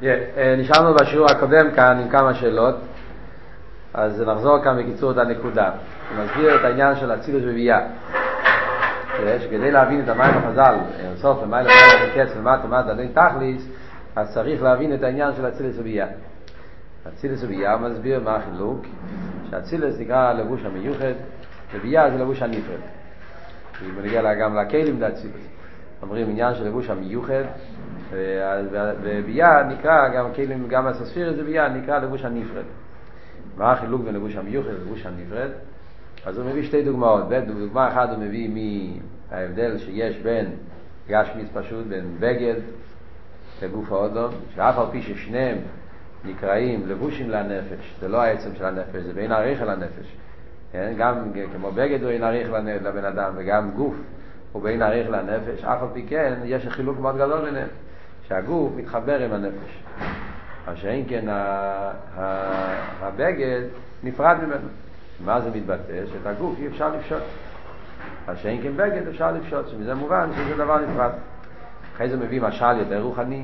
נשארנו בשיעור הקודם כאן עם כמה שאלות, אז נחזור כאן בקיצור את הנקודה. נסביר את העניין של אצילוס וביאה. שכדי להבין את המים החז"ל, סוף למעלה מקץ ומטה דין תכליס, אז צריך להבין את העניין של אצילוס וביאה. אצילוס וביאה מסביר מה החילוק, שאצילוס נקרא לבוש המיוחד, וביאה זה לבוש הנפרד. אם נגיע גם לכלים לאצילוס, אומרים עניין של לבוש המיוחד, וביאה נקרא גם כלים, גם הספיר זה ביאה נקרא לבוש הנפרד. מה החילוק בין לבוש המיוחד ולבוש הנפרד? אז הוא מביא שתי דוגמאות. דוגמה אחת הוא מביא מההבדל שיש בין גשמיס פשוט, בין בגד לגוף האודום, שאף על פי ששניהם נקראים לבושים לנפש, זה לא העצם של הנפש, זה בין עריך לנפש. גם כמו בגד הוא בין עריך לבן אדם, וגם גוף הוא בין עריך לנפש, אף על פי כן יש חילוק מאוד גדול ביניהם, שהגוף מתחבר עם הנפש. אז שאין כן הבגד נפרד ממנו. מה זה מתבטא? שאת הגוף אי אפשר לפשוט. אז שאין כן בגד אפשר לפשוט, שמזה מובן שזה דבר נפרד. אחרי זה מביא משל יותר רוחני.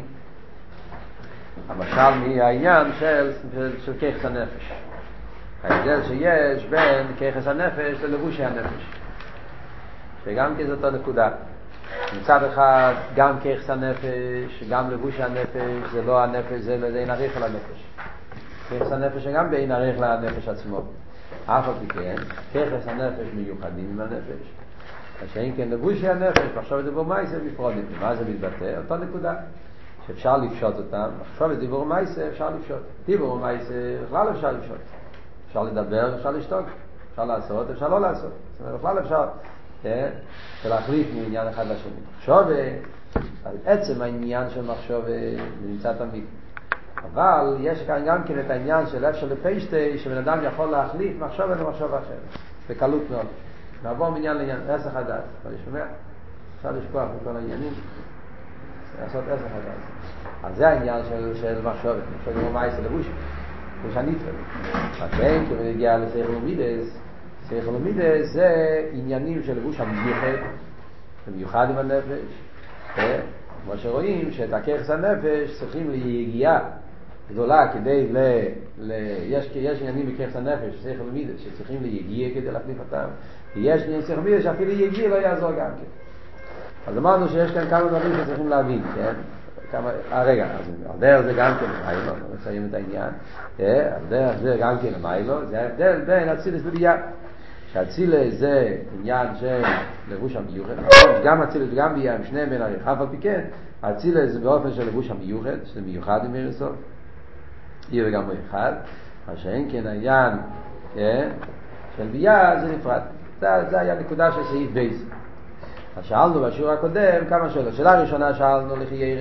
המשל מהעניין של כיחס הנפש. ההבדל שיש בין כיחס הנפש ללבושי הנפש. שגם כי זאת הנקודה. מצד אחד גם כיחס הנפש, גם לבושי הנפש, זה לא הנפש, זה אין עריך לנפש. כיחס הנפש שגם בין עריך לנפש עצמו. אף על פי כן, כיחס הנפש מיוחדים עם הנפש. שאין כן לבושי הנפש, עכשיו דיבור מייסה מפרודים. מה זה מתבטא? אותה נקודה. שאפשר לפשוט אותם. עכשיו דיבור מייסה אפשר לפשוט. דיבור מייסה בכלל אפשר לפשוט. אפשר לדבר, אפשר לשתוק. אפשר לעשות, אפשר לא לעשות. זאת אומרת, בכלל אפשר להחליף מעניין אחד לשני. מחשוב, על עצם העניין של מחשוב נמצא תמיד. אבל יש כאן גם כן את העניין של אפשר לפשטי, שבן אדם יכול להחליף מחשוב ולמחשוב אחר. בקלות מאוד. נעבור מעניין לעניין, עסק הדעת. אתה שומע? אפשר לשכוח מכל העניינים. לעשות עסק הדעת. אז זה העניין של מחשוב. מחשוב זה מייס לבוש. לבוש הנפרד. השם, כמנגיע לסייכל ומידס, סייכל ומידס זה עניינים של לבוש המיוחד. במיוחד עם הנפש. כמו שרואים שאת הכיחס הנפש צריכים ליגיעה גדולה כדי יש עניינים בכיחס הנפש, סייכל ומידס, שצריכים ליגיעה כדי להחליף אותם. ויש עניינים סייכל ומידס שאפילו יגיעה לא יעזור גם כן. אז אמרנו שיש כאן כמה דברים שצריכים להבין, כן? רגע, אז על דרך זה גם כן למיילו, נסיים את העניין. על דרך זה גם כן למיילו, זה ההבדל בין אצילוס וביאה. שאצילוס זה עניין של לבוש המיוחד, גם אצילוס וגם ביאה הם שניהם בין עריך, אף על פי כן, אצילוס זה באופן של לבוש המיוחד, שזה מיוחד עם מריסו, יהיה וגם הוא אחד, מה שאין כן העניין של ביאה זה נפרד. זה היה נקודה של סעיף בייס. אז שאלנו בשיעור הקודם כמה שאלות. שאלה ראשונה שאלנו לחיירה,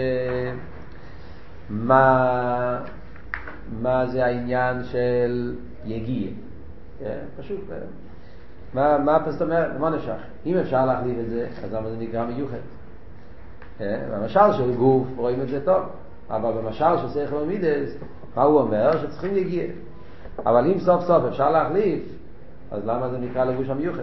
מה זה העניין של יגיע? פשוט, מה פשוט אומר? מה נשך? אם אפשר להחליף את זה, אז למה זה נקרא מיוחד? במשל של גוף רואים את זה טוב, אבל במשל של סייכל ומידס, מה הוא אומר? שצריכים יגיע. אבל אם סוף סוף אפשר להחליף, אז למה זה נקרא לבוש המיוחד?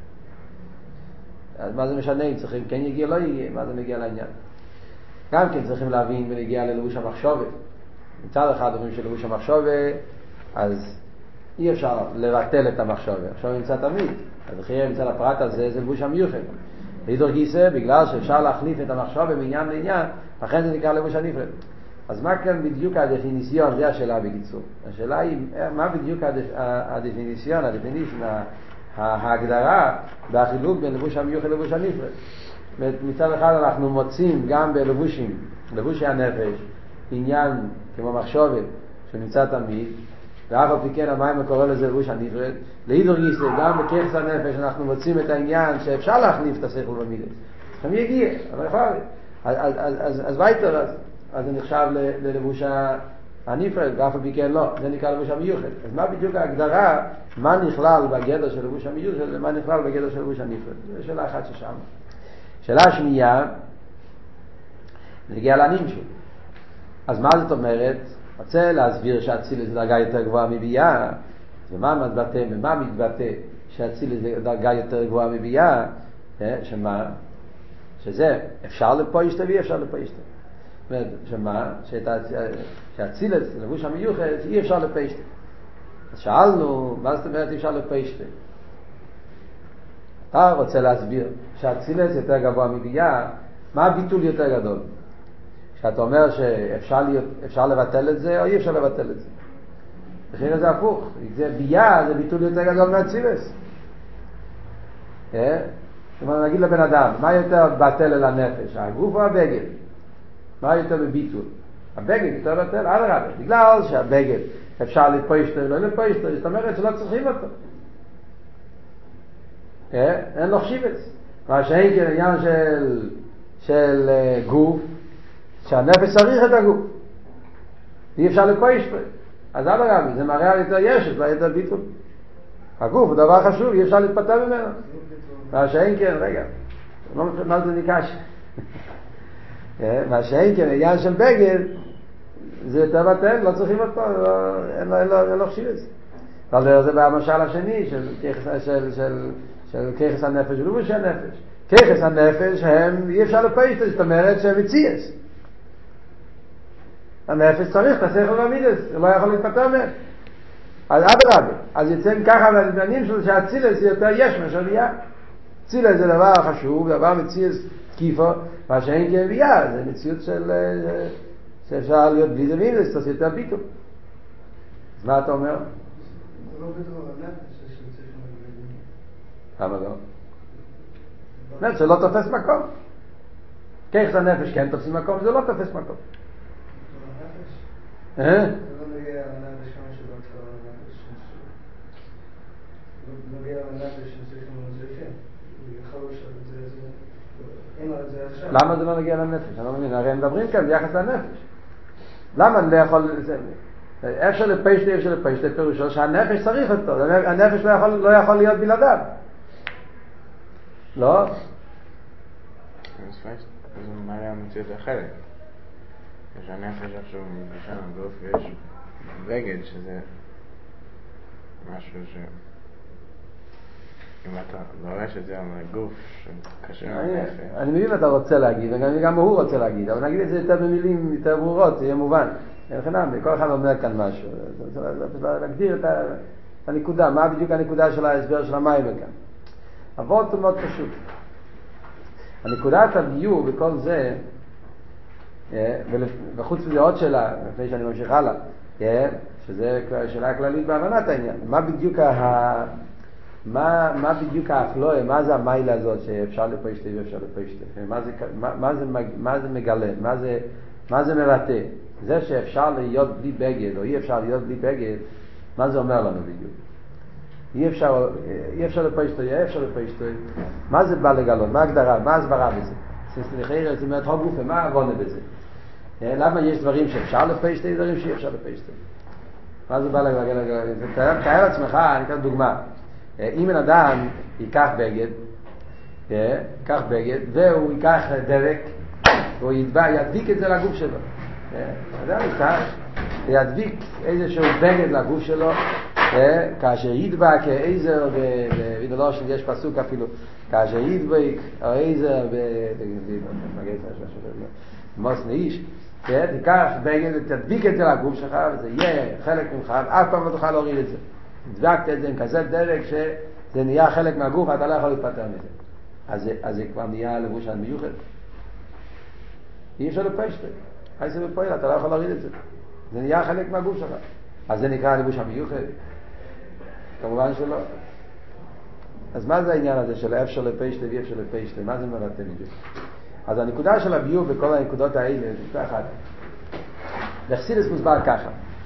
אז מה זה משנה אם צריכים כן יגיע לא יגיע? מה זה מגיע לעניין? גם כן צריכים להבין ונגיע ללבוש המחשבת. מצד אחד אומרים שלבוש המחשבת, אז אי אפשר לבטל את המחשבת. עכשיו נמצא תמיד. אז אחרי נמצא לפרט הזה, זה לבוש המיוחד. להידור גיסא, בגלל שאפשר להחליף את המחשבת מעניין לעניין, לכן זה נקרא לבוש הנפרד. אז מה כאן בדיוק הדפיניציון? זה השאלה בקיצור. השאלה היא, מה בדיוק הדפיניציון, ההגדרה בחילוק בין לבוש המיוחד ללבוש הנפרד. מצד אחד אנחנו מוצאים גם בלבושים, לבושי הנפש, עניין כמו מחשבת שנמצא תמיד, ואף על פי כן המים קורא לזה לבוש הנפרד. להידור גיסא, גם בכיחס הנפש אנחנו מוצאים את העניין שאפשר להחליף את השכל במידס. צריכים יגיע, אבל יכול. אז וייטר, אז זה נחשב ללבוש הנפרד, ואף על פי כן לא, זה נקרא לבוש המיוחד. אז מה בדיוק ההגדרה, מה נכלל בגדר של לבוש המיוחד, ומה נכלל בגדר של לבוש הנפרד? זו שאלה אחת ששם. שאלה שנייה, נגיע לנמשל. אז מה זאת אומרת? רוצה להסביר שהאצילוס זה דרגה יותר גבוהה מביאה, ומה מתבטא שהאצילוס זה דרגה יותר גבוהה מביאה, שמה? שזה אפשר לפוישת ואי אפשר לפוישת. אומרת, שמה? שהצילס, לבוש המיוחד, אי אפשר לפשטה. אז שאלנו, מה זאת אומרת אי אפשר לפשטה? אתה רוצה להסביר שהצילס יותר גבוה מביאה, מה הביטול יותר גדול? שאתה אומר שאפשר לבטל את זה או אי אפשר לבטל את זה. אחרי זה הפוך, ביאה זה ביטול יותר גדול מהצילס. זאת אומרת, נגיד לבן אדם, מה יותר בטל אל הנפש, הגוף או הבגד? מה יותר בביטול? הבגד יותר בטל, אדרבה, בגלל שהבגד אפשר לפשטו, לא לפשטו, זאת אומרת שלא צריכים אותו. אין לו חשיבס. מה שאין כעניין של גוף, שהנפש צריך את הגוף. אי אפשר לפשטו. אז אדרבה, זה מראה על יותר ישת, לא יותר ביטול. הגוף הוא דבר חשוב, אי אפשר להתפטר ממנו. מה שאין כן, רגע, מה זה ניקש? מה שאין כן, עניין של בגד, זה יותר בטל, לא צריכים אותו, אין לו חשיבס. אבל זה במשל השני, של כיחס הנפש ולבוש הנפש. כיחס הנפש הם, אי אפשר לפשט, זאת אומרת שהם מציאס. הנפש צריך את השכל והמידס, הוא לא יכול להתפטר מהם. אז אדרבה, אז יוצאים ככה מהעניינים שלו שהצילס זה יותר יש מאשר ביאה. צילס זה דבר חשוב, דבר מציאס תקיפו, מה שאין כן ביאה, זה מציאות שאפשר להיות בלי זה מידס, זה יותר ביטול. אז מה אתה אומר? זה לא בטוח הנפש שצריך למה לא? זאת זה לא תופס מקום. כיחס הנפש כן תופסים מקום, זה לא תופס מקום. זה לא נוגע לנפש כמה שבא כבר לנפש לא נוגע לנפש שצריכים לנזריכים. יכול להיות אין לו את זה עכשיו. למה זה לא נוגע לנפש? אני לא מבין, הרי הם מדברים כאן ביחס לנפש. למה אני לא יכול... אפשר לפשטה פירושו שהנפש צריך אותו, הנפש לא יכול להיות בלעדיו. לא? זה מראה המציאות אחרת. יש הנפש עכשיו מפגישה בגוף ויש בגד שזה משהו ש... אם אתה לורש את זה על הגוף שקשה לנפש. אני מבין מה אתה רוצה להגיד, וגם הוא רוצה להגיד, אבל נגיד את זה יותר במילים יותר ברורות, זה יהיה מובן. אין חינם, כל אחד אומר כאן משהו. להגדיר את הנקודה, מה בדיוק הנקודה של ההסבר של המים כאן. אבל הוא מאוד פשוט. הנקודת הביור בכל זה, וחוץ מזה עוד שאלה, לפני שאני ממשיך הלאה, שזה שאלה כללית בהבנת העניין. מה בדיוק האפלואה, מה זה המיילה הזאת שאפשר לפשטה ואפשר לפשטה? מה זה מגלה? מה זה מבטא? זה שאפשר להיות בלי בגד או אי אפשר להיות בלי בגד, מה זה אומר לנו בדיוק? אי אפשר לפשטה, אי אפשר לפשטה. מה זה בא לגלות? מה ההגדרה? מה ההסברה בזה? זאת אומרת, גופה, מה הבונה בזה? למה יש דברים שאפשר לפשטה, יש דברים שאי אפשר לפשטה? מה זה בא לגלות? תאר עצמך, אני אקח דוגמה. אם בן אדם ייקח בגד, והוא ייקח דבק, והוא ידביק את זה לגוף שלו. אדם ייקח, ידביק איזשהו בגד לגוף שלו, כאשר ידבק איזר, בדלושן יש פסוק אפילו, כאשר ידבק או איזר, במוסנה איש, תיקח בגד ותדביק את זה לגוף שלך, וזה יהיה חלק ממך, אף פעם לא תוכל להוריד את זה. דבקת את זה עם כזה דבק שזה נהיה חלק מהגוף, אתה לא יכול להתפטר מזה. אז זה כבר נהיה לבוש המיוחד. אי אפשר לפשט. זה בפועל, אתה לא יכול להוריד את זה. זה נהיה חלק מהגוף שלך. אז זה נקרא לבוש המיוחד? כמובן שלא. אז מה זה העניין הזה של אפשר לפשט ואי אפשר לפשט? מה זה מבטא בדיוק? אז הנקודה של הביור בכל הנקודות האלה, זה ככה. בחסידות מוסבר ככה.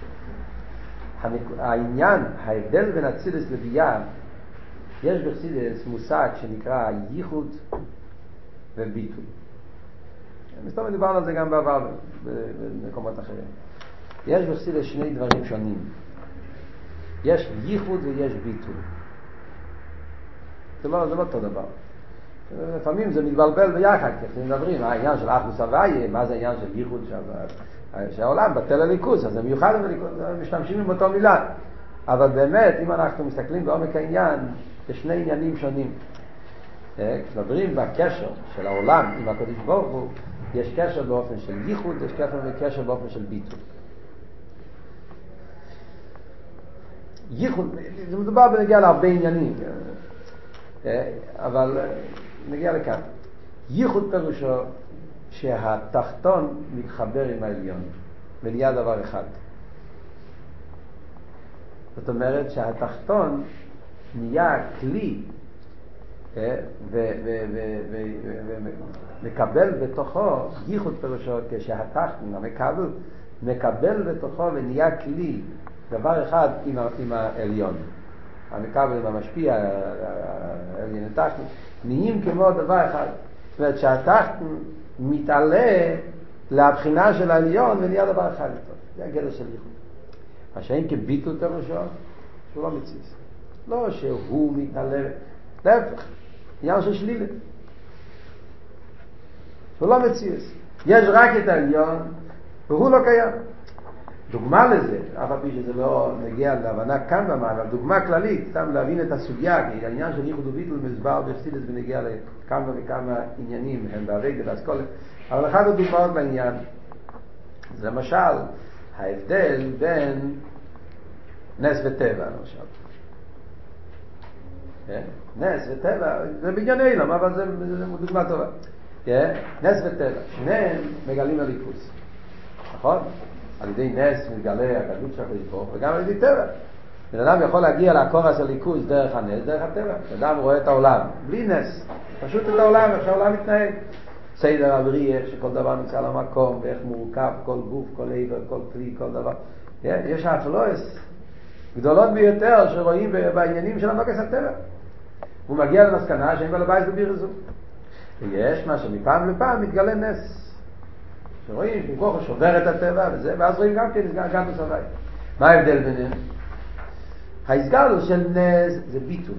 העניין, ההבדל בין אצילס לביאה, יש בחסידות מושג שנקרא ייחוד וביטול. מסתובב דיברנו על זה גם בעבר במקומות אחרים. יש בחסידות שני דברים שונים. יש ייחוד ויש ביטול. זה לא אותו דבר. לפעמים זה מתבלבל ביחד, כי מדברים, העניין של אחדות הוויה, מה זה העניין של ייחוד שהעולם בטל הליכוז, אז זה מיוחד בליכוז, משתמשים עם אותו מילה. אבל באמת, אם אנחנו מסתכלים בעומק העניין, יש שני עניינים שונים. כשמדברים בקשר של העולם עם הקדוש ברוך הוא, יש קשר באופן של ייחוד, יש קשר באופן של ביטול. ייחוד, זה מדובר בנגיע להרבה עניינים, אבל נגיע לכאן. ייחוד פירושו שהתחתון מתחבר עם העליון ונהיה דבר אחד. זאת אומרת שהתחתון נהיה כלי ומקבל בתוכו, ייחוד פירושו כשהתחתון מקבל בתוכו ונהיה כלי, דבר אחד עם העליון. המקבל עם המשפיע, העליון התחתון, נהיים כמו דבר אחד. זאת אומרת שהתחתון מתעלה לבחינה של העליון ונהיה דבר אחד איתו. זה הגדר של ייחוד. מה שאין כביטול פירושו, שהוא לא מציץ. לא שהוא מתעלה, להפך, עניין של שלילה. שהוא לא מציץ. יש רק את העליון, והוא לא קיים. דוגמה לזה, אף על פי שזה לא נגיע להבנה כאן במעלה, אבל דוגמה כללית, סתם להבין את הסוגיה, כי העניין של ייחוד וביטול מסבר בחסידות ונגיע לכמה וכמה עניינים, הם בהרגל והסכולה, אבל אחד הדוגמאות בעניין, זה למשל, ההבדל בין נס וטבע, למשל. נס וטבע, זה בעניין אילם, אבל זה דוגמה טובה. נס וטבע, שניהם מגלים הליכוס. נכון? על ידי נס מתגלה הגלות של הקדוש ברוך הוא, וגם על ידי טבע. בן אדם יכול להגיע לקורס הליכוז דרך הנס, דרך הטבע. בן אדם רואה את העולם, בלי נס. פשוט את העולם, איך שהעולם מתנהג. סדר הבריאה, איך שכל דבר נמצא על המקום, ואיך מורכב כל גוף, כל עבר, כל כלי, כל דבר. יש האפלוס גדולות ביותר שרואים בעניינים של הנוקס הטבע. הוא מגיע למסקנה שאין בעל בית בביר הזו. ויש מה שמפעם לפעם מתגלה נס. שרואים שמכוח שובר את הטבע וזה, ואז רואים גם כן גם בסבי. מה ההבדל ביניהם? ההסגלות של נס זה ביטול.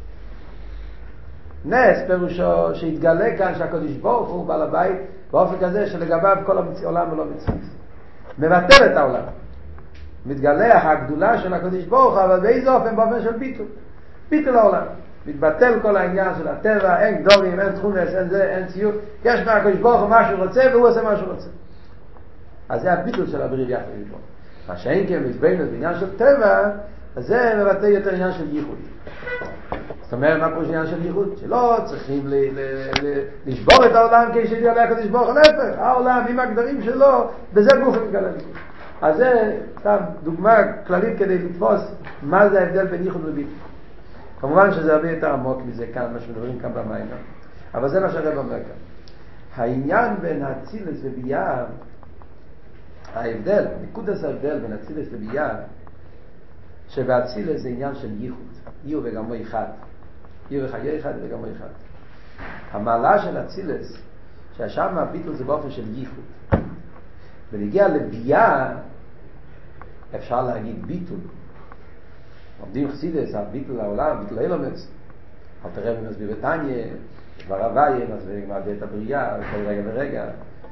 נס פירושו שהתגלה כאן שהקדוש ברוך הוא בעל הבית באופן כזה שלגביו כל העולם הוא לא מציץ. מבטל את העולם. מתגלה הגדולה של הקדוש ברוך הוא, אבל באיזה אופן? באופן של ביטול. ביטול העולם. מתבטל כל העניין של הטבע, אין גדולים, אין תכונס, אין זה, אין ציור. יש מהקדוש ברוך הוא מה שהוא רוצה והוא עושה מה שהוא רוצה. אז זה הביטול של הבריאה יחד איתו. מה שאין כן מתביינות בעניין של טבע, אז זה מבטא יותר עניין של ייחוד. זאת אומרת, מה פה עניין של ייחוד? שלא צריכים לשבור את העולם כשיתגלה הקדוש ברוך הוא, להפך, העולם עם הגדרים שלו, בזה גוף מתגלה ליכוד. אז זה סתם דוגמה כללית כדי לתפוס מה זה ההבדל בין ייחוד וביטול. כמובן שזה הרבה יותר עמוק מזה כאן, מה שמדברים כאן במים. אבל זה מה שהרב אומר כאן. העניין בין אצילס וביאה, ההבדל, נקודת ההבדל בין אצילס וביאה, שבאצילס זה עניין של ייחוד. יהיו וגמו אחד. יהיו וחיי אחד וגמו אחד. המעלה של אצילס, שהשם הביטול זה באופן של ייחוד. ונגיע לביאה, אפשר להגיד ביטול. עומדים חסידס, ביטול העולם, ביטול האילומץ. אל תראה ומסביר בתניה, דבר הוויה, מסביר גם את הבריאה, כל רגע ורגע.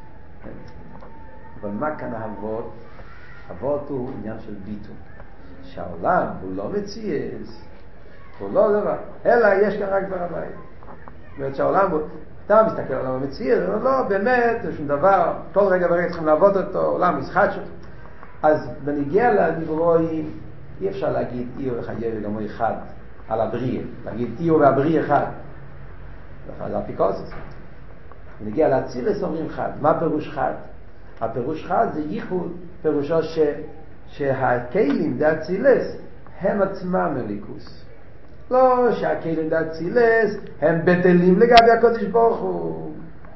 אבל מה כאן האבות? האבות הוא עניין של ביטול. שהעולם הוא לא מציאס, הוא לא דבר, אלא יש כאן רק דבר הוויה. זאת אומרת שהעולם הוא, אתה מסתכל על העולם המציאס, אבל לא, באמת, יש דבר, כל רגע ורגע צריכים לעבוד אותו, עולם משחק שלו. אז בנגיע לנברואים, אי אפשר להגיד אי וחיה וגמו אחד על הבריאה, להגיד אי והבריא אחד. זה אפיקורסוס. ונגיע לאצילס אומרים חד. מה פירוש חד? הפירוש חד זה ייחוד, פירושו שהכלים דאצילס הם עצמם מליכוס. לא שהכלים דאצילס הם בטלים לגבי הקדוש ברוך הוא.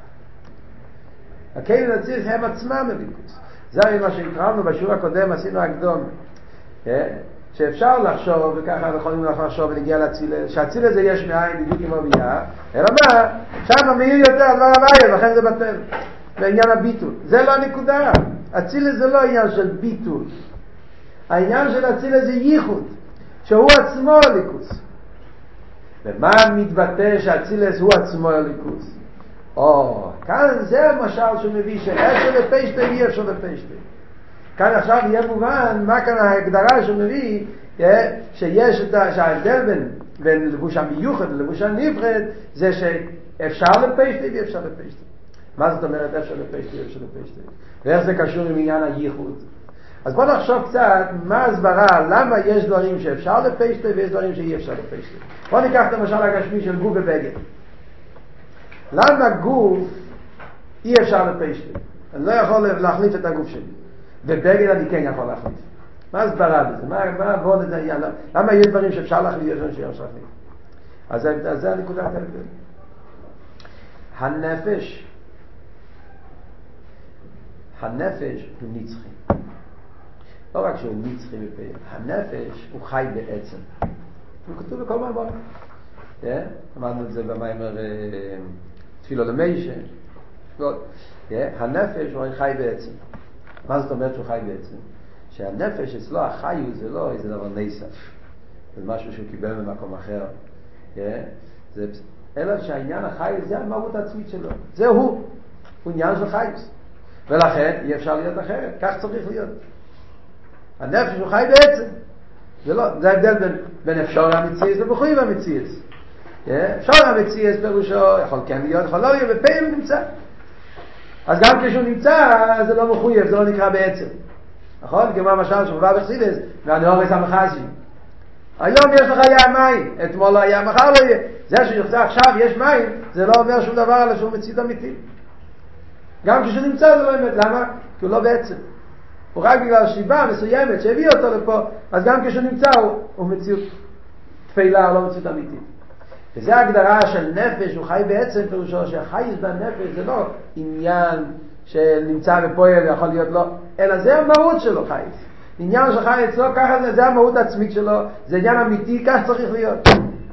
הכלים דאצילס הם עצמם מליכוס. זה מה שהקראנו בשיעור הקודם, עשינו הקדום. שאפשר לחשוב, וככה יכולים לחשוב ולהגיע לאצילס, שהאצילס זה יש מאין בדיוק כמו ביאה, אלא מה? שם מאיר יותר על דבר הוויה, ולכן זה בטל. בעניין הביטול. זה לא הנקודה. אצילס זה לא עניין של ביטול. העניין של אצילס זה ייחוד, שהוא עצמו הליכוס. ומה מתבטא שאצילס הוא עצמו הליכוס? כאן זה המשל שמביא שאפשר לפשטי ואי אפשר לפשטי. כאן עכשיו יהיה מובן מה כאן ההגדרה שמביא שיש שההבדל בין לבוש המיוחד ללבוש הנפרד זה שאפשר לפשטי ואי אפשר לפשטי. מה זאת אומרת אפשר לפשטי, אפשר לפשטי? ואיך זה קשור עם עניין הייחוד? אז בוא נחשוב קצת מה הסברה, למה יש דברים שאפשר לפשטי ויש דברים שאי אפשר לפשטי. בוא ניקח את המשל הגשמי של גוף ובגד. למה גוף אי אפשר לפשטי? אני לא יכול להחליף את הגוף שלי. ובגד אני כן יכול להחליף. מה הסברה בזה? בוא נדע, למה יש דברים שאפשר להחליף ויש דברים שאפשר להחליף? אז זה הנקודה ההבדל. הנפש הוא נצחי. לא רק שהוא נצחי מפעיל, הנפש הוא חי בעצם. הוא כתוב בכל מאמר. אמרנו את זה במאמר תפילו למיישה. הנפש הוא חי בעצם. מה זאת אומרת שהוא חי בעצם? שהנפש אצלו החיו זה לא איזה דבר נסף. זה משהו שהוא קיבל ממקום אחר. אלא שהעניין החי זה המהות העצמית שלו. זה הוא עניין של חייס. ולכן אי אפשר להיות אחרת. כך צריך להיות. הנפש הוא חי בעצם. זה ההבדל בין אפשר המציאס ובחויב המציאס. אפשר המציאס פירושו יכול כן להיות, יכול לא להיות, בפעיל הוא נמצא. אז גם כשהוא נמצא זה לא מחויב, זה לא נקרא בעצם. נכון? כמו המשל שמובא בחסידות, והנאורס המחזי. היום יש לך ים מים, אתמול לא היה, מחר לא יהיה. זה שיוצא עכשיו יש מים, זה לא אומר שום דבר על שהוא מציאות אמיתי. גם כשהוא נמצא זה לא אמת. למה? כי הוא לא בעצם. הוא רק בגלל סיבה מסוימת שהביא אותו לפה, אז גם כשהוא נמצא הוא מציאות תפילה, לא מציאות אמיתית. וזה ההגדרה של נפש, הוא חי בעצם, פירושו שהחייס בנפש זה לא עניין שנמצא בפועל ויכול להיות לא, אלא זה המהות שלו חייס. עניין של חי אצלו, ככה זה המהות העצמית שלו, זה עניין אמיתי, כך צריך להיות.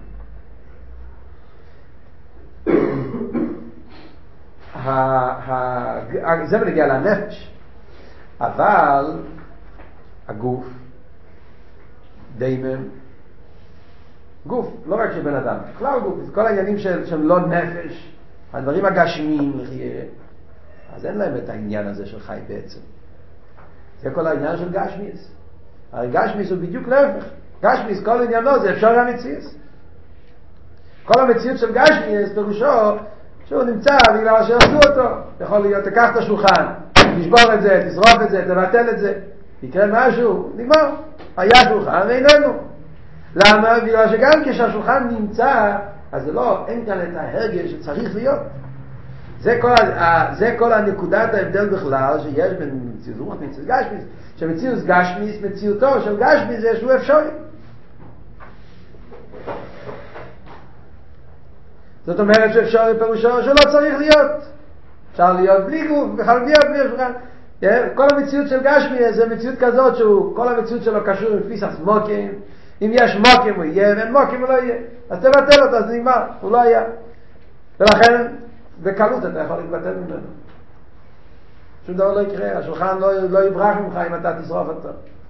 זה מנגיע לנפש. אבל הגוף דיימם גוף, לא רק של בן אדם, כלל גוף, כל העניינים שהם לא נפש, הדברים הגשמיים לחיה, אז אין להם את העניין הזה של חי בעצם. זה כל העניין של גשמיס. הרי גשמיס הוא בדיוק להפך. גשמיס, כל עניינו זה אפשר המציאות. כל המציאות של גשמיס פירושו שהוא נמצא בגלל שעשו אותו. יכול להיות, תקח את השולחן, תשבור את זה, תשרוף את זה, תבטל את זה, יקרה משהו, נגמר. היה שולחן ואיננו. למה? בגלל שגם כשהשולחן נמצא, אז זה לא, אין כאן את ההרגש שצריך להיות. זה כל הנקודת ההבדל בכלל שיש בין מציאות רוח ומציאות גשמיס. שמציאות גשמיס, מציאותו של גשמיס זה שהוא אפשרי. זאת אומרת שאפשרי פירושו שלא צריך להיות. אפשר להיות בלי גוף, בכלל בלי השולחן. כל המציאות של גשמיס זה מציאות כזאת כל המציאות שלו קשור עם תפיסת מוקים. אם יש מוקים הוא יהיה, ואין מוקים הוא לא יהיה. אז תבטל אותו, אז נגמר, הוא לא היה. ולכן בקלות אתה יכול להתבטל ממנו. שום דבר לא יקרה, השולחן לא יברח ממך אם אתה תשרוף אותו.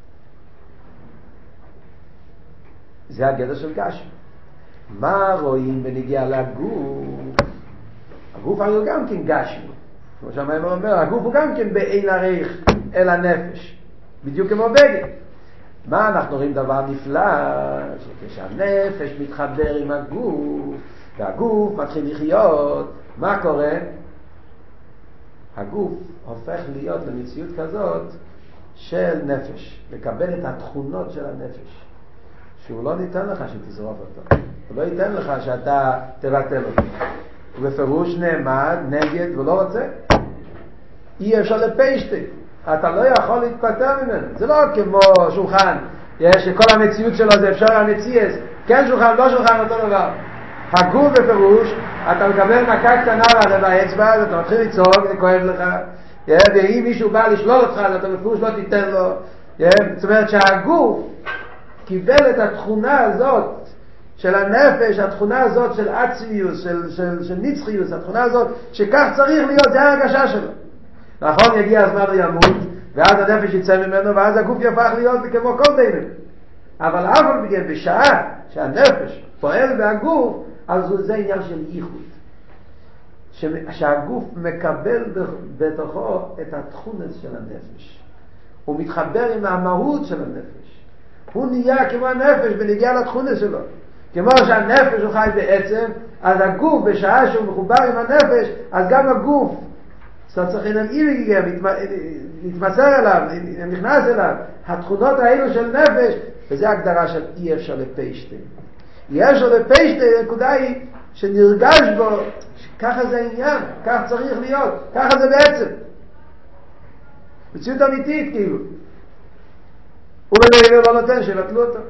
זה הגדר של גשם. מה רואים בנגיע לגוף? הגוף הרי הוא גם כן גשם. כמו שהמאמר אומר, הגוף הוא גם כן באין עריך אל הנפש. בדיוק כמו בגד. מה אנחנו רואים דבר נפלא? שכשהנפש מתחבר עם הגוף, והגוף מתחיל לחיות, מה קורה? הגוף הופך להיות למציאות כזאת של נפש, לקבל את התכונות של הנפש, שהוא לא ניתן לך שתשרוף אותו, הוא לא ייתן לך שאתה תבטל אותו, הוא בפירוש נעמד נגד ולא רוצה. אי אפשר לפשטי, אתה לא יכול להתפטר ממנו. זה לא כמו שולחן, שכל המציאות שלו זה אפשר המציאס, כן שולחן, לא שולחן, אותו דבר. הגוף בפירוש, אתה מקבל מכה קטנה באצבע, אז אתה מתחיל לצעוק, זה כואב לך, ואם מישהו בא לשלול אותך, אז אתה בפירוש לא תיתן לו. זאת אומרת שהגוף קיבל את התכונה הזאת של הנפש, התכונה הזאת של עצמיוס, של נצחיוס, התכונה הזאת שכך צריך להיות, זה ההרגשה שלו. נכון, יגיע הזמן הוא ימות, ואז הנפש יצא ממנו, ואז הגוף יפך להיות כמו כל דיימן. אבל אף על פי כן, בשעה שהנפש פועל בהגוף, אז זה עניין של ייחוד. שהגוף מקבל בתוכו את התכונס של הנפש. הוא מתחבר עם המהות של הנפש. הוא נהיה כמו הנפש בנגיע לתכונס שלו. כמו שהנפש הוא חי בעצם, אז הגוף בשעה שהוא מחובר עם הנפש, אז גם הגוף אז צריך להגיע, להתמסר אליו, נכנס אליו. התכונות האלו של נפש, וזה ההגדרה של אי אפשר לפשטה. אי אפשר לפשטה, הנקודה היא שנרגש בו, ככה זה העניין, כך צריך להיות, ככה זה בעצם. מציאות אמיתית כאילו. ובלעילה לא נותן שיבטלו אותו.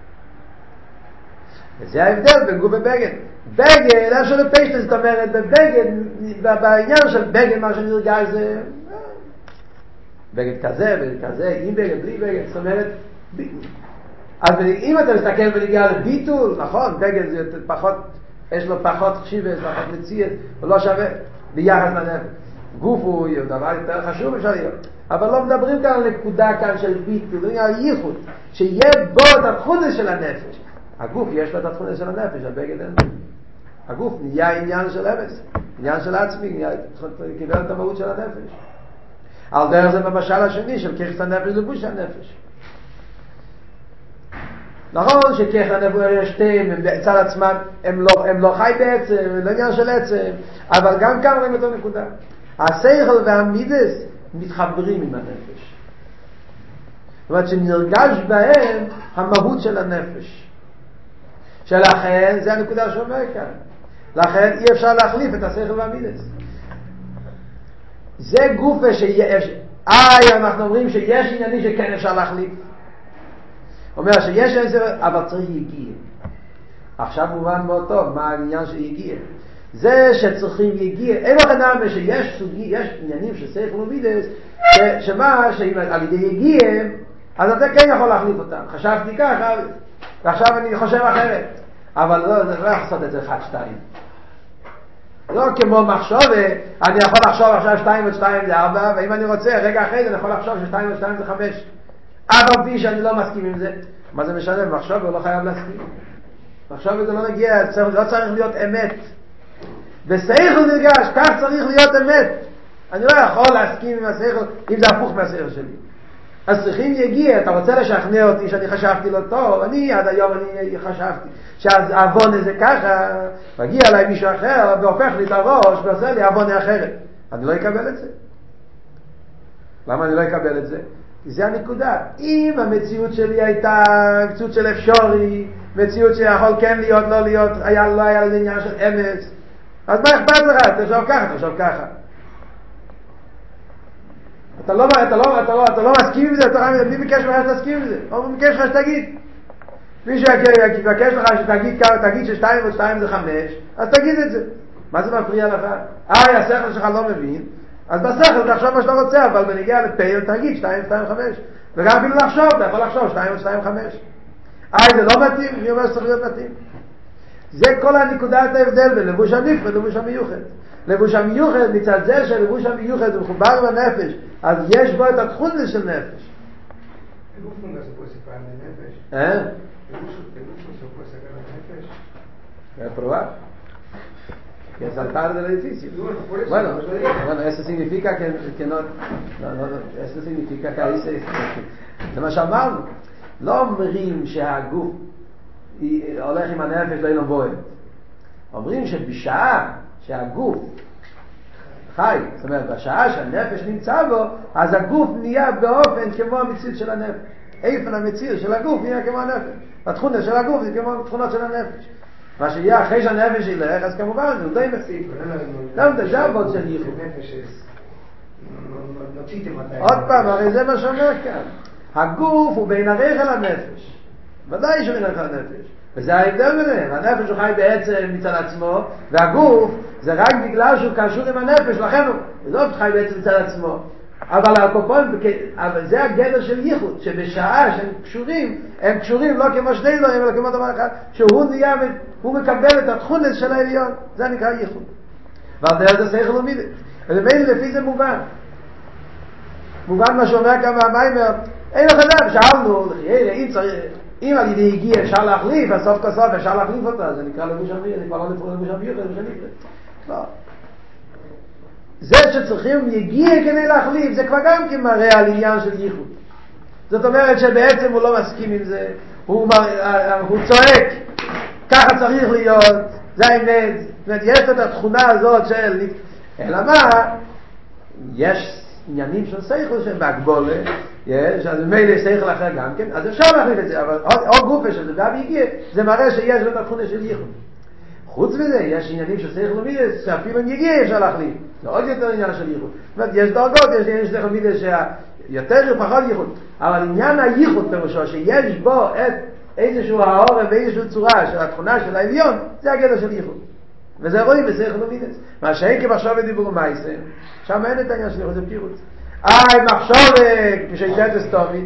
וזה ההבדל בין גוף ובגד. בגד, איך שלא פשטה, זאת אומרת, בבגד, בעניין של בגד, מה שנרגש זה בגד כזה, בגד כזה, עם בגד, בלי בגד, זאת אומרת, אז אם אתה מסתכל בנגיעה לביטול, נכון, בגד זה פחות, יש לו פחות חשיבה, פחות מציאות, הוא לא שווה ביחס לנפש. גוף הוא דבר יותר חשוב, אפשר להיות. אבל לא מדברים כאן על נקודה כאן של ביטול, מדברים על ייחוד, שיהיה בו את התכונה של הנפש. הגוף יש לו את התכונה של הנפש, הבגד אין. הגוף נהיה עניין של אפס, עניין של עצמי, קיבל את המהות של הנפש. על דרך זה במשל השני של כיחס הנפש לבוש הנפש. נכון שכיחס הנפש שתיים בצד עצמם הם לא חי בעצם, הם לא עניין של עצם, אבל גם כאן רואים את הנקודה. השכל והמידס מתחברים עם הנפש. זאת אומרת שנרגש בהם המהות של הנפש. שלכן זה הנקודה שאומר כאן. לכן אי אפשר להחליף את השכל והמידס. זה גופה שיש, אנחנו אומרים שיש עניינים שכן אפשר להחליף. אומר שיש עניין, אבל צריך יגיע. עכשיו מובן מאוד טוב מה העניין שיגיע. זה שצריכים יגיע, אין לך נאמה שיש סוגי, יש עניינים של שכל ומידס, שאם על ידי יגיע, אז אתה כן יכול להחליף אותם. חשבתי ככה, ועכשיו אני חושב אחרת. אבל לא יכול לעשות את זה 1-2. לא כמו מחשבה, אני יכול לחשוב עכשיו 2 + 2 זה 4, ואם אני רוצה, רגע אחרי זה אני יכול לחשוב ש2 + 2 זה 5. אבל פי שאני לא מסכים עם זה, מה זה משנה? מחשבה הוא לא חייב להסכים. מחשבה זה לא מגיע, לא צריך להיות אמת. ושכל נרגש, כך צריך להיות אמת. אני לא יכול להסכים עם השכל, אם זה הפוך מהשכל שלי. אז צריכים יגיע, אתה רוצה לשכנע אותי שאני חשבתי לא טוב, אני עד היום אני חשבתי שהאבון זה ככה, מגיע אליי מישהו אחר והופך לי את הראש ועושה לי אבון אחרת. אני לא אקבל את זה. למה אני לא אקבל את זה? כי זה הנקודה. אם המציאות שלי הייתה מציאות של אפשרי, מציאות שיכול כן להיות, לא להיות, לא היה לזה עניין של אמץ, אז מה אכפת לך? תחשוב ככה, תחשוב ככה. אתה לא מסכים עם זה, מי ביקש לך שתסכים עם זה? או מי ביקש לך שתגיד? מישהו יבקש לך תגיד ש2 + 2 זה 5, אז תגיד את זה. מה זה מפריע לך? השכל שלך לא מבין, אז בשכל תחשוב מה שאתה רוצה, אבל בנגיע לפייל תגיד 2 + 2 5. וגם אפילו לחשוב, אתה יכול לחשוב 2 + 2 5. זה לא מתאים, מי אומר שצריך להיות מתאים? זה כל הנקודת ההבדל בין לבוש הנפרד ולבוש המיוחד. לבוש המיוחד מצד זה שלבוש המיוחד הוא מחובר בנפש, אז יש בו את התכונה של נפש. Luz no se puede separar de nefesh. El uso se puede sacar de nefesh. ¿Voy a probar? Que saltar del edificio. Bueno, eso significa que no, eso significa que ahí זה מה שאמרנו. לא אומרים שהגוף הולך עם הנפש לא ילום בוהם. אומרים שבשעה שהגוף חי, זאת אומרת, בשעה שהנפש נמצא בו, אז הגוף נהיה באופן כמו המציאות של הנפש. איפן המציאות של הגוף נהיה כמו הנפש. התכונה של הגוף זה כמו התכונות של הנפש. מה שיהיה אחרי שהנפש ילך, אז כמובן זה די מסיק. זה עבוד של ייחוד. עוד פעם, הרי זה מה שאומר כאן. הגוף הוא בין הרגל לנפש. ודאי שבין הרגל לנפש. וזה ההבדל ביניהם. הנפש הוא חי בעצם מצד עצמו, והגוף זה רק בגלל שהוא קשור עם הנפש, לכן הוא לא חי בעצם מצד עצמו. אבל הקופון, אבל זה הגדר של ייחוד, שבשעה שהם קשורים, הם קשורים לא כמו שני אלוהים, אלא כמו דבר אחד, שהוא נהיה, הוא מקבל את התכונה של העליון. זה נקרא ייחוד. ועל דרך זה שכל ומידס. ובאמת לפי זה מובן. מובן מה שאומר כאן מהמיימר, אין לך דעת, שאלנו, אם על ידי הגיע אפשר להחליף, אז סוף כסוף אפשר להחליף אותה, זה נקרא לבוש המיר, אני כבר לא נפרד לבוש המיר, זה שנקרא. לא. זה שצריכים יגיע כדי להחליף, זה כבר גם כמראה על עניין של ייחוד. זאת אומרת שבעצם הוא לא מסכים עם זה, הוא צועק, ככה צריך להיות, זה האמת. זאת אומרת, יש את התכונה הזאת של, אלא מה, יש עניינים של שכל שהם בהגבולה, אז מילא שכל אחר גם כן, אז אפשר להחליף את זה, אבל עוד גופה שזה בא והגיע, זה מראה שיש לו את התכונה של ייחוד. חוץ מזה, יש עניינים של שכל ומידס, שאפילו אם יגיע אפשר להחליף. זה עוד יותר עניין של ייחוד. זאת אומרת, יש דרגות, יש עניין של שכל ומידס שיותר פחות ייחוד. אבל עניין הייחוד פירושו, שיש בו את איזשהו האור באיזושהי צורה של התכונה של העליון, זה הגדר של ייחוד. וזה רואים בשכל ומידס. מה שאין כמחשוב ודיבור ומעשה, שם אין את העניין של ייחוד, זה פירוץ. מחשוב כשהייתה סתומית,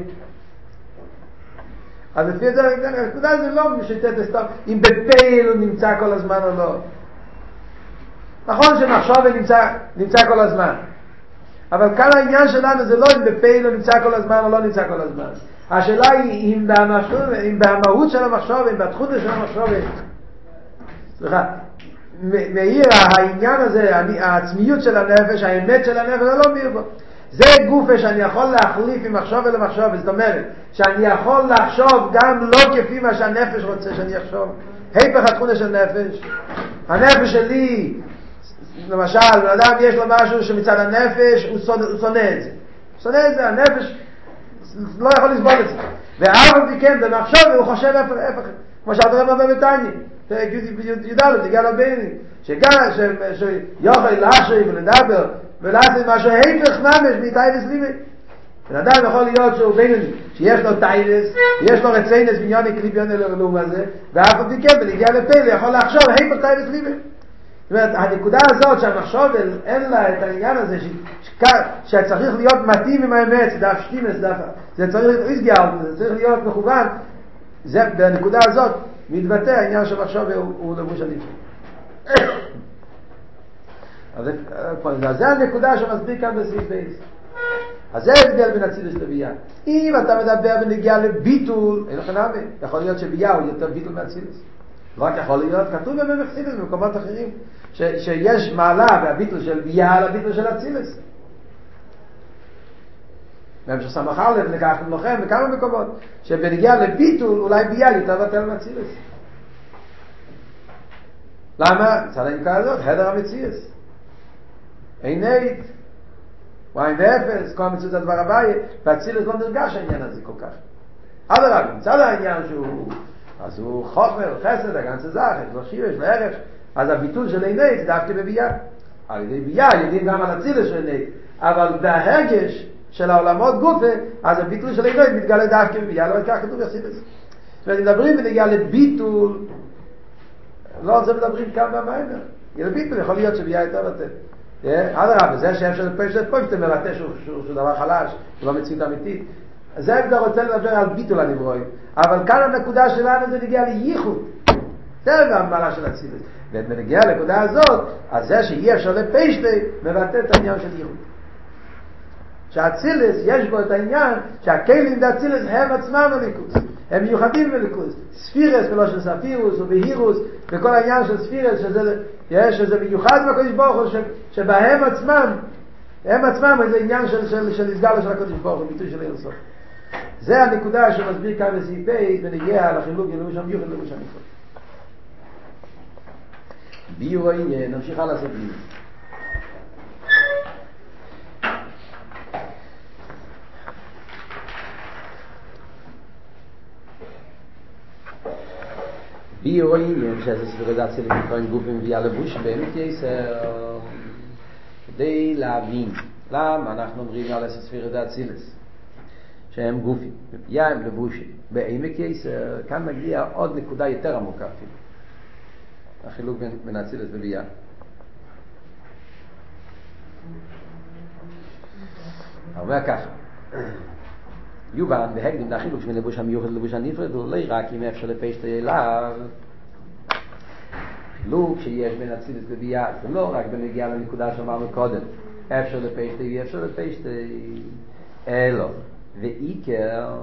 אז לפי זה, הנקודה זה לא כשהייתה סתומית, אם בפעיל הוא נמצא כל הזמן או לא. נכון שמחשוב נמצא כל הזמן, אבל כאן העניין שלנו זה לא אם בפעיל הוא נמצא כל הזמן או לא נמצא כל הזמן. השאלה היא אם במהות של המחשוב, אם בתכות של המחשוב, סליחה, מאיר העניין הזה, העצמיות של הנפש, האמת של הנפש, זה לא מאיר בו. זה גופה שאני יכול להחליף ממחשוב ולמחשוב, זאת אומרת שאני יכול לחשוב גם לא כפי מה שהנפש רוצה שאני אחשוב. היפך התכונה של נפש. הנפש שלי, למשל, אדם יש לו משהו שמצד הנפש הוא שונא את זה. הוא שונא את זה, הנפש לא יכול לסבול את זה. ואף מכן במחשוב הוא חושב הפך. כמו שהדרם הבא בתניא. ידע תגיע לבני. שיוכל להשריב ולדבר ולעשות משהו היפך ממש מטייבס ליבי. אדם יכול להיות שהוא בינוני, שיש לו טייבס, יש לו רציינס בניוני קליפיון אלוהים הזה, ואף עוד מכן בנגיע לפלא יכול לחשוב היפך טייבס ליבי. זאת אומרת, הנקודה הזאת שהמחשוב אין לה את העניין הזה שצריך להיות מתאים עם האמת, דף שטימס, זה צריך להיות איסגר, זה צריך להיות מכוון. בנקודה הזאת מתבטא העניין שהמחשוב הוא לבוש הנפש. אז זה הנקודה שמסביר כאן בסעיף בייס. אז זה ההבדל בין אצילוס לביאה. אם אתה מדבר ונגיע לביטול, אין לך נאמר, יכול להיות שביאה הוא יותר ביטול מאצילוס. לא רק יכול להיות, כתוב במחסילוס במקומות אחרים, שיש מעלה והביטול של ביאה על הביטול של אצילוס. בהמשך סמך א' לקחנו לכם בכמה מקומות, שבנגיע לביטול אולי ביאה יותר בטל מאצילוס. למה? צד הנקודה הזאת, הדר המציאס. עינית, וואין אפס, כל המצוות הדבר הבא, והצילוס לא נרגש העניין הזה כל כך. עד הרב, מצד העניין שהוא, אז הוא חוכמר, חסד, הגנצה זך, יש לו שירש, לערך, אז הביטול של עינית זה דווקא בביאה. על ידי ביאה יודעים גם על הצילוס של עינית, אבל בהרגש של העולמות גופה, אז הביטול של עינית מתגלה דווקא בביאה, לא כך כתוב יחסידס. ומדברים ונגיע לביטול, לא על זה מדברים כאן במיימר. לביטול יכול להיות שביאה יותר בטל. עד הרב, וזה שאפשר לפשט פה, שאתה מבטא שהוא דבר חלש, שהוא לא מציאות אמיתית. זה אתה רוצה לדבר על ביטול הנברואים. אבל כאן הנקודה שלנו זה נגיע לייחוד. זה המעלה של הצילוס. ונגיע לנקודה הזאת, אז זה שאי אפשר לפשט, מבטא את העניין של ייחוד. שהצילוס, יש בו את העניין, שהכלים דהצילוס הם עצמם הליכוס. הם מיוחדים בליכוס. ספירס ולא של ספירוס ובהירוס, וכל העניין של ספירס, שזה מיוחד בקודש ברוך הוא, שבהם עצמם, הם עצמם איזה עניין של הסגר של הקודש ברוך הוא, ביטוי של אירסוף. זה הנקודה שמסביר כאן בסעיף בייס, ונגיע לחילוק ילבוש המיוחד ללבוש הנפרד. ביור העניין, נמשיך הלאה לעשות ביור. ביור העניין, שזה ספירת אצילות נקראים גופים ויה לבוש, באמת יסר, כדי להבין למה אנחנו אומרים על ספירת אצילות, שהם גופים, ויה הם לבושים, בעמק יסר, כאן מגיע עוד נקודה יותר עמוקה אפילו, החילוק בין אצילות ויה. אומר ככה, יובן בהקדים להחילוק שבין לבוש המיוחד ללבוש הנפרד הוא לא רק אם אפשר לפשט אליו. חילוק שיש בין אצילוס לביאה זה לא רק בנגיעה לנקודה שאמרנו קודם אפשר לפשט אי אפשר לפשט אלו ועיקר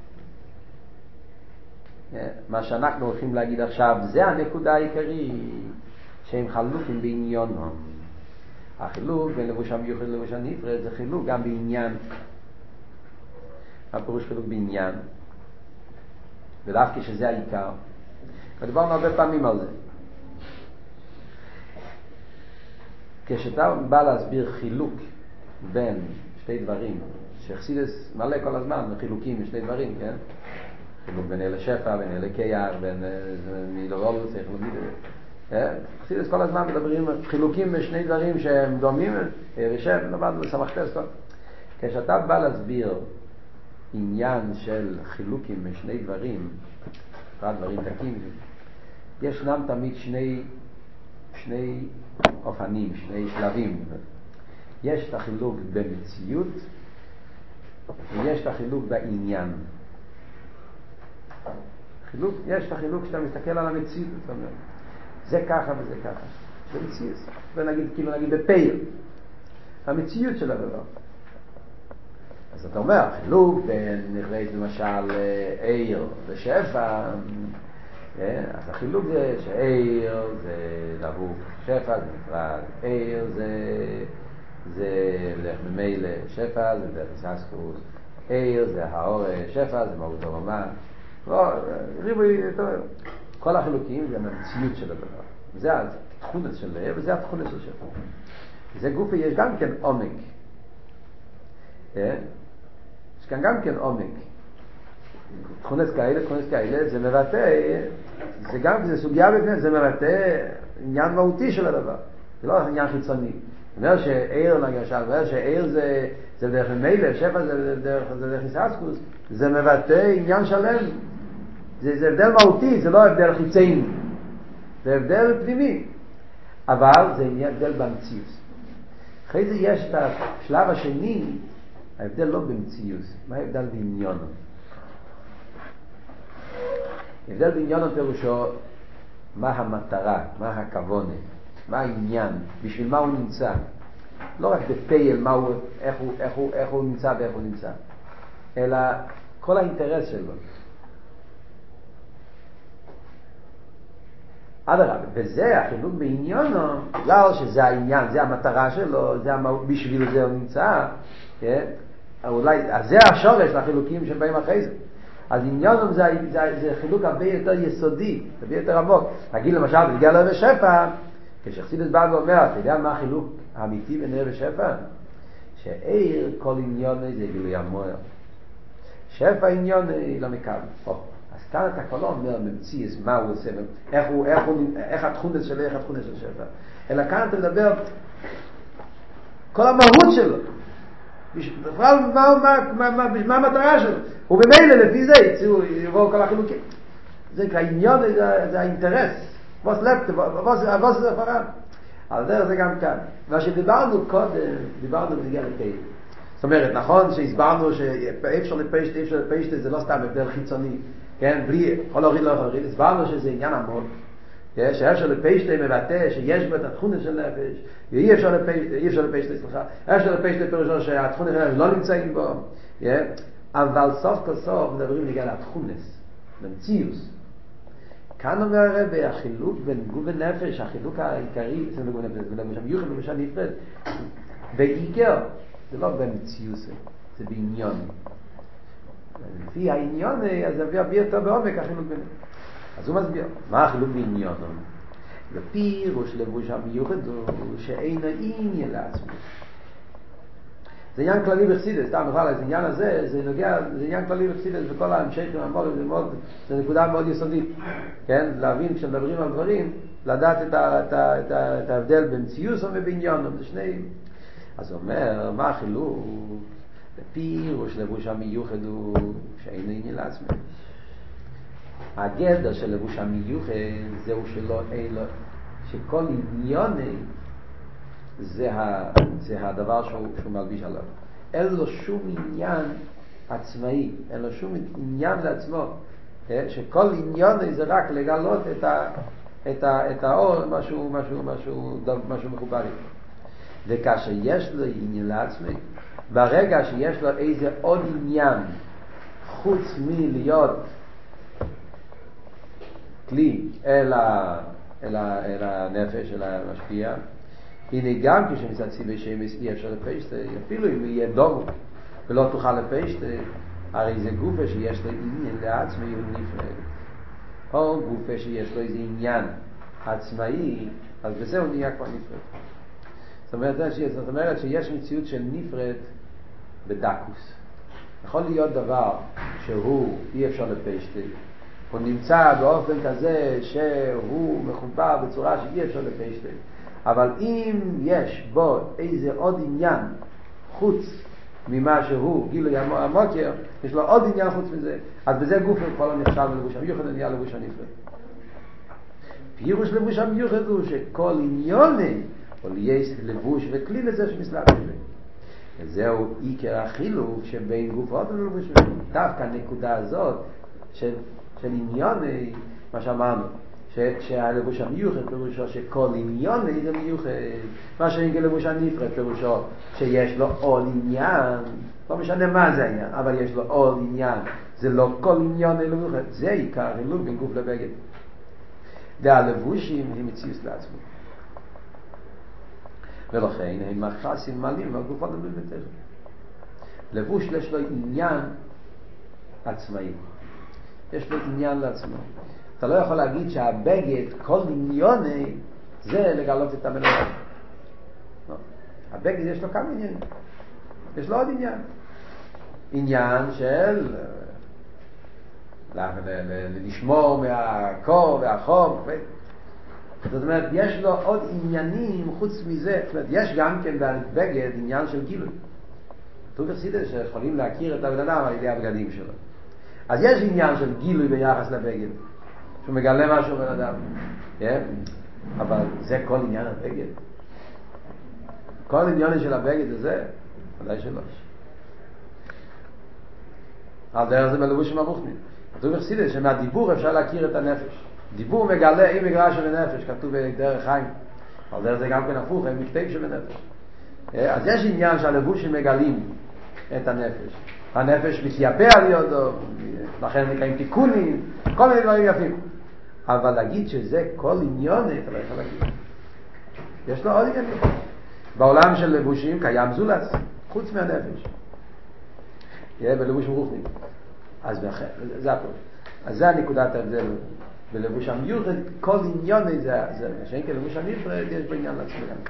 מה שאנחנו הולכים להגיד עכשיו זה הנקודה העיקרית שהם חלוקים בעניונם. החילוק בין לבוש המיוחד ללבוש הנפרד זה חילוק גם בעניין. הפירוש חילוק בעניין ודווקא שזה העיקר ודיברנו הרבה פעמים על זה. כשאתה בא להסביר חילוק בין שתי דברים שחסידס מלא כל הזמן חילוקים משני דברים, כן? חילוק בין אלה שפע, בין אלה קייח, בין מילורולוס, חסידס כל הזמן מדברים חילוקים בשני דברים שהם דומים, רשב, למדנו לסמכתס. כשאתה בא להסביר עניין של חילוקים משני דברים, דברים תקים, ישנם תמיד שני אופנים, שני שלבים. יש את החילוק במציאות ויש את החילוק בעניין. יש את החילוק שאתה מסתכל על המציאות, זאת אומרת, זה ככה וזה ככה. במציאות, נגיד בפייל, המציאות של הדבר. אז אתה אומר, החילוק בין נכווית למשל עיר ושפע, אז החילוק זה שעיר זה לבוק, שפע זה נפרד, עיר זה בדרך ממילא, שפע זה בדרך ססקוס, עיר זה האור, שפע זה מהות הרמה. כל החילוקים זה המציאות של הדבר. זה התכונס של עיר וזה התכונס של שפע. זה גופי, יש גם כן עומק. יש כאן גם כן עומק. תכונס כאלה, זה מבטא, זה גם, זה סוגיה בפני, זה מבטא עניין מהותי של הדבר. זה לא עניין חיצוני. זאת אומרת שעיר, אומר שעיר זה דרך ממילא, שפע זה דרך איססקוס, זה מבטא עניין שלם. זה הבדל מהותי, זה לא הבדל חיצוני. זה הבדל פנימי. אבל זה הבדל במציאות. אחרי זה יש את השלב השני, ההבדל לא במציאות. מה ההבדל בעניון? ההבדל בעניון פירושו מה המטרה, מה הכוונה, מה העניין, בשביל מה הוא נמצא. לא רק בפייל, איך הוא נמצא ואיך הוא נמצא, אלא כל האינטרס שלו. אדרבה, וזה החילוק בעניונו, בגלל שזה העניין, זה המטרה שלו, בשביל זה הוא נמצא, אז זה השורש לחילוקים שבאים אחרי זה. אז עניונם זה חילוק הרבה יותר יסודי, הרבה יותר עמוק. נגיד למשל, בנגיע לעיר ושפע, כשחסידס בא ואומר, אתה יודע מה החילוק האמיתי בין עיר ושפע? שעיר כל עניון זה גילוי המוער. שפע עניון לא מקבל. אז כאן אתה כבר לא אומר ממציאס מה הוא עושה, איך התכונס שלו, איך התכונס של שפע. אלא כאן אתה מדבר כל המהות שלו. בכלל מה המטרה שלו. ובמילא לפי זה יבואו כל החילוקים. זה העניין, זה האינטרס. ווס לפט, ווס זה פרם. על דרך זה גם כאן. מה שדיברנו קודם, דיברנו בנגיע לפייל. זאת אומרת, נכון שהסברנו שאפשר לפשט, זה לא סתם הבדל חיצוני. כן, בלי, יכול להוריד, לא יכול להוריד. הסברנו שזה עניין עמוק. שאפשר לפשט מבטא שיש בו את התכונה של נפש. ואי אפשר לפשט, אפשר לפשט פירושו שהתכונה של נפש לא נמצאים בו. אבל סוף כל סוף מדברים נגיע לתכונס, למציאוס. כאן אומר הרב, החילוק בין גוף ונפש, החילוק העיקרי, זה לא גוף ונפש, זה למשל מיוחד למשל נפרד. בעיקר, זה לא במציאוס, זה בעניון. לפי העניון, אז זה מביא יותר בעומק החילוק בין. אז הוא מסביר, מה החילוק בעניון? בפירוש לבוש המיוחד הוא שאין העניין לעצמו. זה עניין כללי בחסידות, סתם נוכל את העניין הזה, זה עניין כללי בחסידות, וכל ההמשכים המורים, זה נקודה מאוד יסודית, כן? להבין כשמדברים על דברים, לדעת את ההבדל במציאות ובעניון, זה שני. אז הוא אומר, מה החילוק? בפירוש לבוש המיוחד הוא שאין העניין לעצמו. הגדר של לבוש המיוחד זהו שלא אין לו, שכל עניון זה הדבר שהוא מלביש עליו. אין לו שום עניין עצמאי, אין לו שום עניין לעצמו, שכל עניין זה רק לגלות את האור, משהו מחובר. וכאשר יש לו עניין לעצמי, ברגע שיש לו איזה עוד עניין חוץ מלהיות כלי אל הנפש, אל המשפיע, הנה גם כשמצד סיבי שמש אי אפשר לפשט, אפילו אם יהיה דומו ולא תוכל לפשט, הרי זה גופה שיש לו עניין לעצמי הוא נפרד. או גופה שיש לו איזה עניין עצמאי, אז בזה הוא נהיה כבר נפרד. זאת אומרת שיש מציאות של נפרד בדקוס. יכול להיות דבר שהוא אי אפשר לפשטי, הוא נמצא באופן כזה שהוא מחובר בצורה שאי אפשר לפשטי, אבל אם יש בו איזה עוד עניין חוץ ממה שהוא גילוי המוקר, יש לו עוד עניין חוץ מזה, אז בזה גוף כבר לא נחשב ללבוש המיוחד, נהיה לבוש הנפרד. פירוש לבוש המיוחד הוא שכל עניוני או יש לבוש וכלי לזה שמסלב בזה. וזהו עיקר החילוק שבין גופות ולבוש. דווקא הנקודה הזאת של עניוני, מה שאמרנו, שהלבוש המיוחד פירושו שכל עניוני זה מיוחד. מה שאין לבוש הנפרד פירושו שיש לו עוד עניין, לא משנה מה זה העניין, אבל יש לו עוד עניין, זה לא כל עניוני למיוחד. זה עיקר החילוק בין גוף לבגד. והלבושים הם מציאות לעצמו, ולכן הם מכסים מלאים על גופות המלבטר. לבוש יש לו עניין עצמאי, יש לו עניין לעצמו. אתה לא יכול להגיד שהבגד כל עניוני זה לגלות את המנהל. לא. הבגד יש לו כמה עניינים, יש לו עוד עניין של לשמור מהקור והחום. זאת אומרת, יש לו עוד עניינים חוץ מזה. זאת אומרת, יש גם כן בבגד עניין של גילוי. כתוב בחסידות שיכולים להכיר את הבן אדם על ידי הבגדים שלו. אז יש עניין של גילוי ביחס לבגד, שהוא מגלה משהו בן אדם. אבל זה כל עניין הבגד? כל עניין של הבגד זה? ודאי שלא. על דרך זה בלבושים הרוחניים. כתוב בחסידות שמהדיבור אפשר להכיר את הנפש. דיבור מגלה עם מגרש של הנפש, כתוב בדרך חיים. על דרך זה גם כן הפוך, עם מקטעים של הנפש. אז יש עניין שהלבושים מגלים את הנפש. הנפש מתייפה על ידו, לכן נקראים תיקונים, כל מיני דברים יפים. אבל להגיד שזה כל עניון, אתה לא יכול להגיד. יש לו עוד עניינים. בעולם של לבושים קיים זולץ, חוץ מהנפש. בלבושים רוחניים. אז זה הכל. אז זה הנקודת ההבדל. בלבוש המיוחד כל עניון זה שאין כלבוש הנפרד יש בעניין לעצמי גם.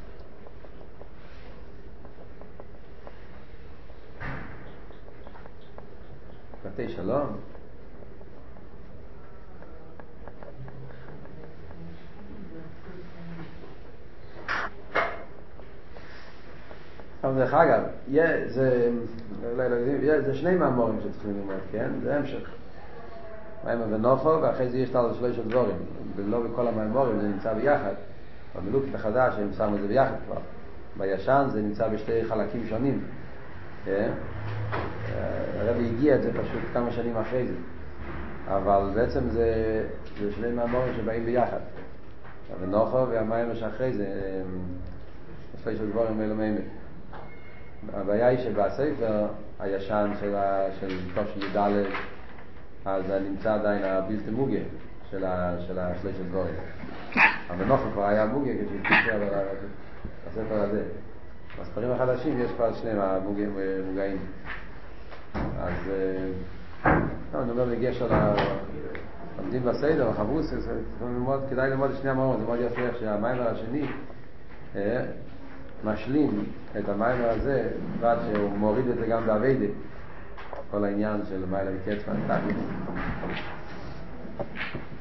בתי שלום. אבל דרך אגב, זה שני מאמרים שצריכים ללמוד, כן? זה המשך. מיימר ונופו, ואחרי זה יש תל שלושה דבורים. ולא בכל המיימורים זה נמצא ביחד. במלוקת החדש הם שמו את זה ביחד כבר. בישן זה נמצא בשתי חלקים שונים. הרבי הגיע את זה פשוט כמה שנים אחרי זה. אבל בעצם זה שני מאמרים שבאים ביחד. ונופו והמיימר שאחרי זה שלושה דבורים אלו מיימר. הבעיה היא שבספר הישן של תושן י"ד אז נמצא עדיין הבלתי מוגה של השלושה דבורים. אבל נופל כבר היה מוגה כשהתקשר בספר הזה. בספרים החדשים יש כבר שני מוגאים. אז אני אומר בגשר למדים בסדר, החברוס, כדאי ללמוד את שני המאמרים. זה מאוד יפה איך שהמיימר השני משלים את המיימר הזה, ועד שהוא מוריד את זה גם בעבודה. כל העניין של מיילה וקץ והנתקת.